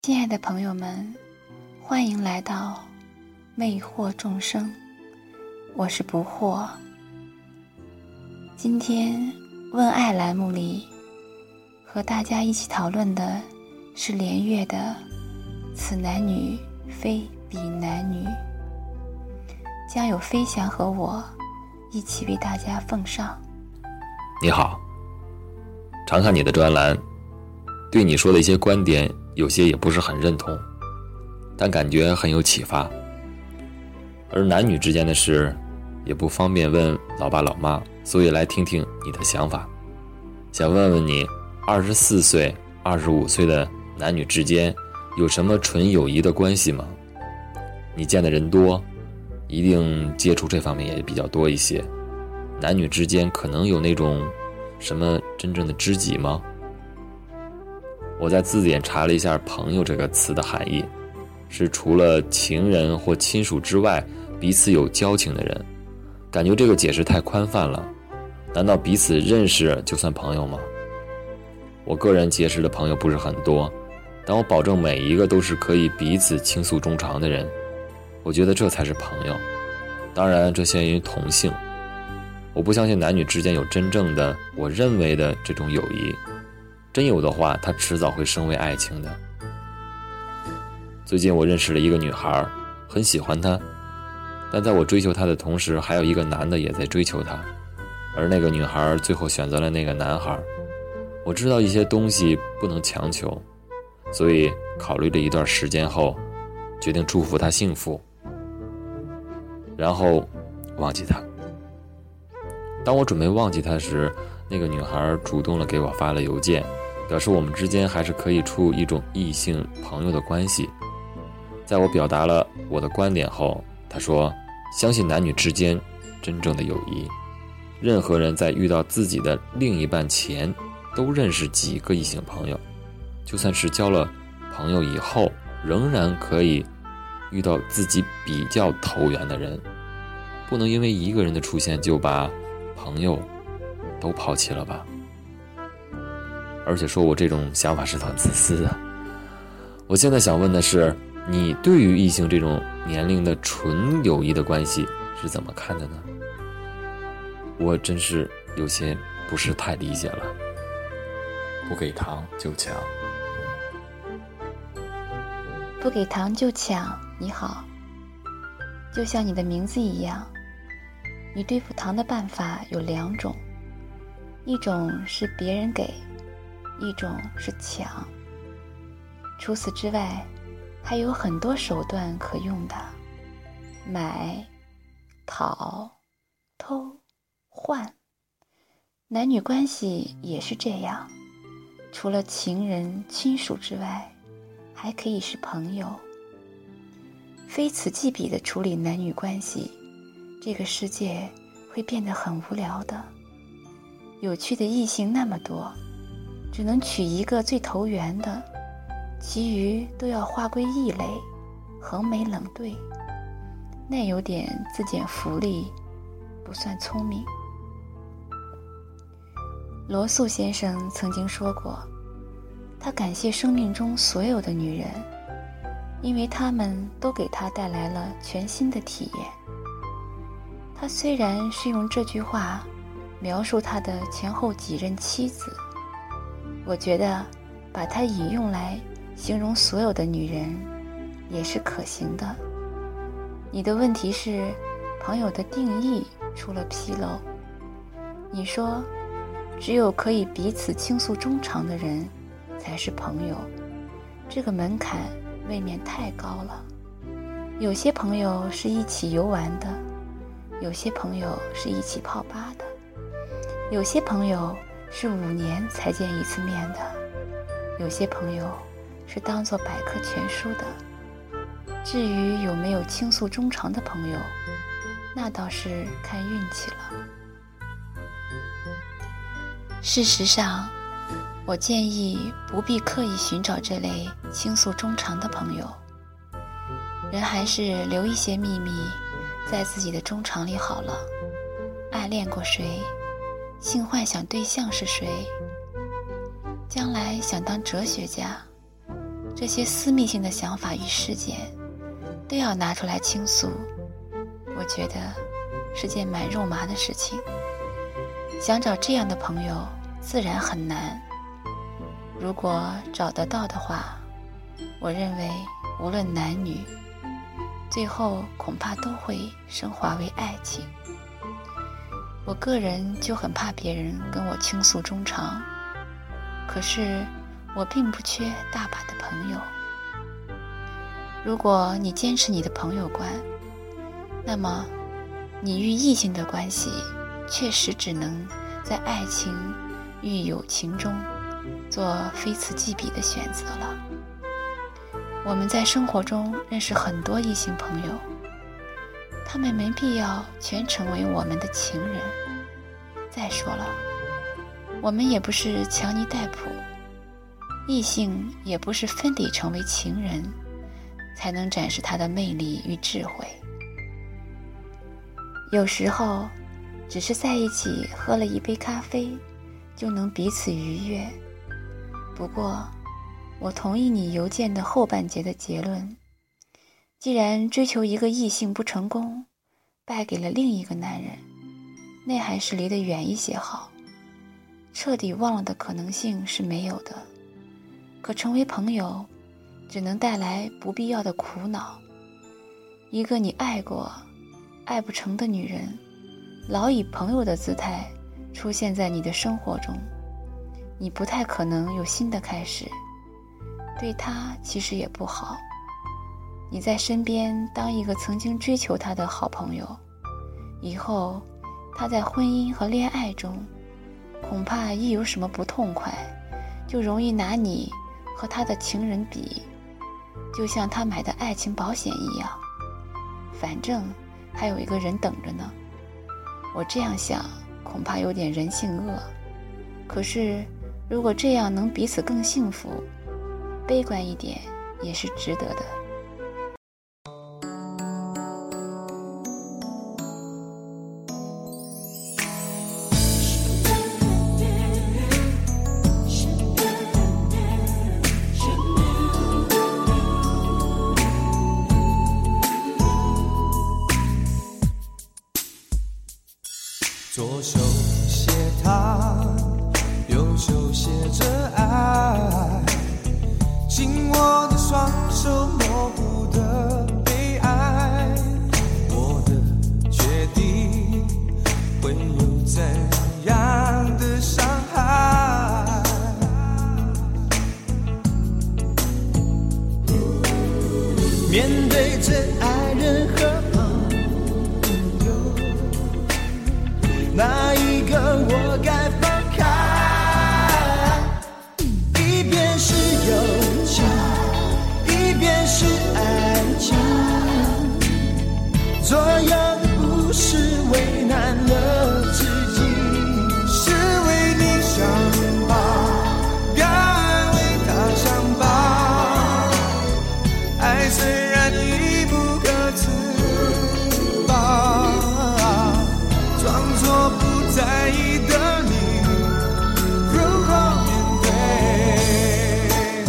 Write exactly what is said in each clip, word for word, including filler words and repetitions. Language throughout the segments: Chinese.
亲爱的朋友们，欢迎来到魅惑众生，我是不惑。今天问爱栏目里和大家一起讨论的是连岳的此男女非彼男女，将有飞翔和我一起为大家奉上。 你好，常看你的专栏，对你说的一些观点有些也不是很认同，但感觉很有启发。而男女之间的事也不方便问老爸老妈，所以来听听你的想法。想问问你，二十四岁、二十五岁的男女之间有什么纯友谊的关系吗？你见的人多，一定接触这方面也比较多一些。男女之间可能有那种什么真正的知己吗？我在字典查了一下朋友这个词的含义，是除了情人或亲属之外彼此有交情的人。感觉这个解释太宽泛了，难道彼此认识就算朋友吗？我个人结识的朋友不是很多，但我保证每一个都是可以彼此倾诉衷肠的人，我觉得这才是朋友。当然这限于同性，我不相信男女之间有真正的我认为的这种友谊，真有的话它迟早会升为爱情的。最近我认识了一个女孩，很喜欢她，但在我追求她的同时，还有一个男的也在追求她，而那个女孩最后选择了那个男孩。我知道一些东西不能强求，所以考虑了一段时间后，决定祝福她幸福，然后忘记她。当我准备忘记她时，那个女孩主动了给我发了邮件，表示我们之间还是可以处一种异性朋友的关系。在我表达了我的观点后，她说相信男女之间真正的友谊，任何人在遇到自己的另一半前都认识几个异性朋友，就算是交了朋友以后，仍然可以遇到自己比较投缘的人，不能因为一个人的出现就把朋友都抛弃了吧。而且说我这种想法是很自私的。我现在想问的是，你对于异性这种年龄的纯友谊的关系是怎么看的呢？我真是有些不是太理解了。不给糖就抢。 不给糖就抢，你好。就像你的名字一样，你对付糖的办法有两种，一种是别人给，一种是抢。除此之外，还有很多手段可用的，买、讨、偷、换。男女关系也是这样，除了情人、亲属之外，还可以是朋友。非此即彼的处理男女关系，这个世界会变得很无聊的。有趣的异性那么多，只能取一个最投缘的，其余都要划归异类，横眉冷对，那有点自捡福利，不算聪明。罗素先生曾经说过，他感谢生命中所有的女人，因为她们都给他带来了全新的体验。他虽然是用这句话描述他的前后几任妻子，我觉得把它引用来形容所有的女人也是可行的。你的问题是朋友的定义出了纰漏。你说只有可以彼此倾诉衷肠的人才是朋友，这个门槛未免太高了。有些朋友是一起游玩的，有些朋友是一起泡吧的，有些朋友是五年才见一次面的，有些朋友是当作百科全书的。至于有没有倾诉衷肠的朋友，那倒是看运气了。事实上，我建议不必刻意寻找这类倾诉衷肠的朋友，人还是留一些秘密在自己的衷肠里好了。暗恋过谁，性幻想对象是谁，将来想当哲学家， 这些私密性的想法与事件都要拿出来倾诉，我觉得是件蛮肉麻的事情。想找这样的朋友自然很难，如果找得到的话，我认为无论男女，最后恐怕都会升华为爱情。我个人就很怕别人跟我倾诉衷肠，可是我并不缺大把的朋友。如果你坚持你的朋友观，那么你与异性的关系确实只能在爱情与友情中做非此即彼的选择了。我们在生活中认识很多异性朋友，他们没必要全成为我们的情人。再说了，我们也不是强尼戴普，异性也不是非得成为情人才能展示他的魅力与智慧。有时候只是在一起喝了一杯咖啡就能彼此愉悦。不过我同意你邮件的后半节的结论，既然追求一个异性不成功，败给了另一个男人，那还是离得远一些好。彻底忘了的可能性是没有的，可成为朋友只能带来不必要的苦恼。一个你爱过爱不成的女人，老以朋友的姿态出现在你的生活中，你不太可能有新的开始，对她其实也不好。你在身边当一个曾经追求她的好朋友，以后她在婚姻和恋爱中恐怕一有什么不痛快，就容易拿你和她的情人比，就像她买的爱情保险一样，反正还有一个人等着呢。我这样想恐怕有点人性恶，可是如果这样能彼此更幸福，悲观一点也是值得的。 左手写他，右手写着爱，紧握的双手模糊的悲哀。我的决定会有怎样的伤害？面对着爱人和哪一个我该放开？一边是友情，一边是爱情，左右的不是为难了自己，是为你想吧，该为他想吧。爱虽然已不可自拔，装作不在意的你如何面对？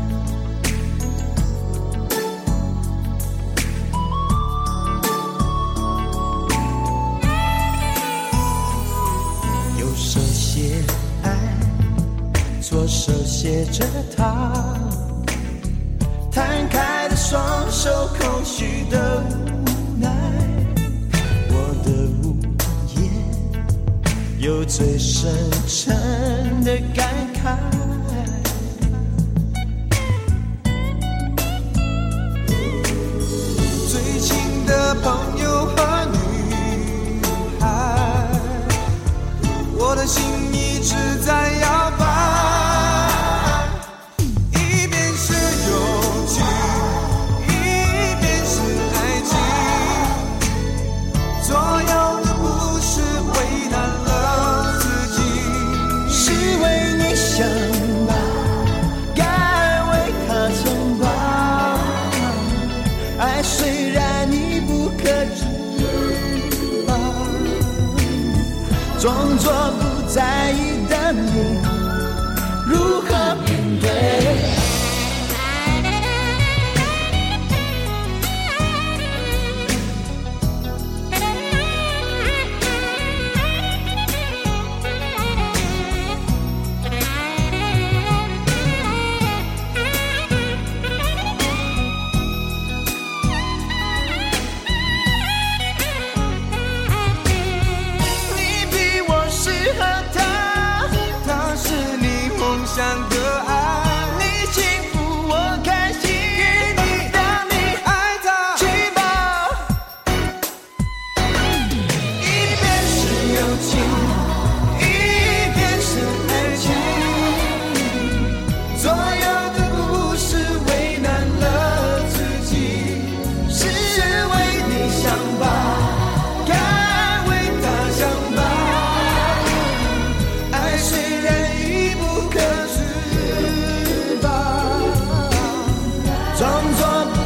右手写爱，左手写着他，摊开的双手，空虚的无奈。有最深沉的感慨，最亲的朋友和女孩，我的心一直在摇摆。一边是友情，一边是爱情，左右的不是为难了自己，是为你想吧，该为他想吧。爱虽然你不可知吧，装作不在意的你如何面对？ 装作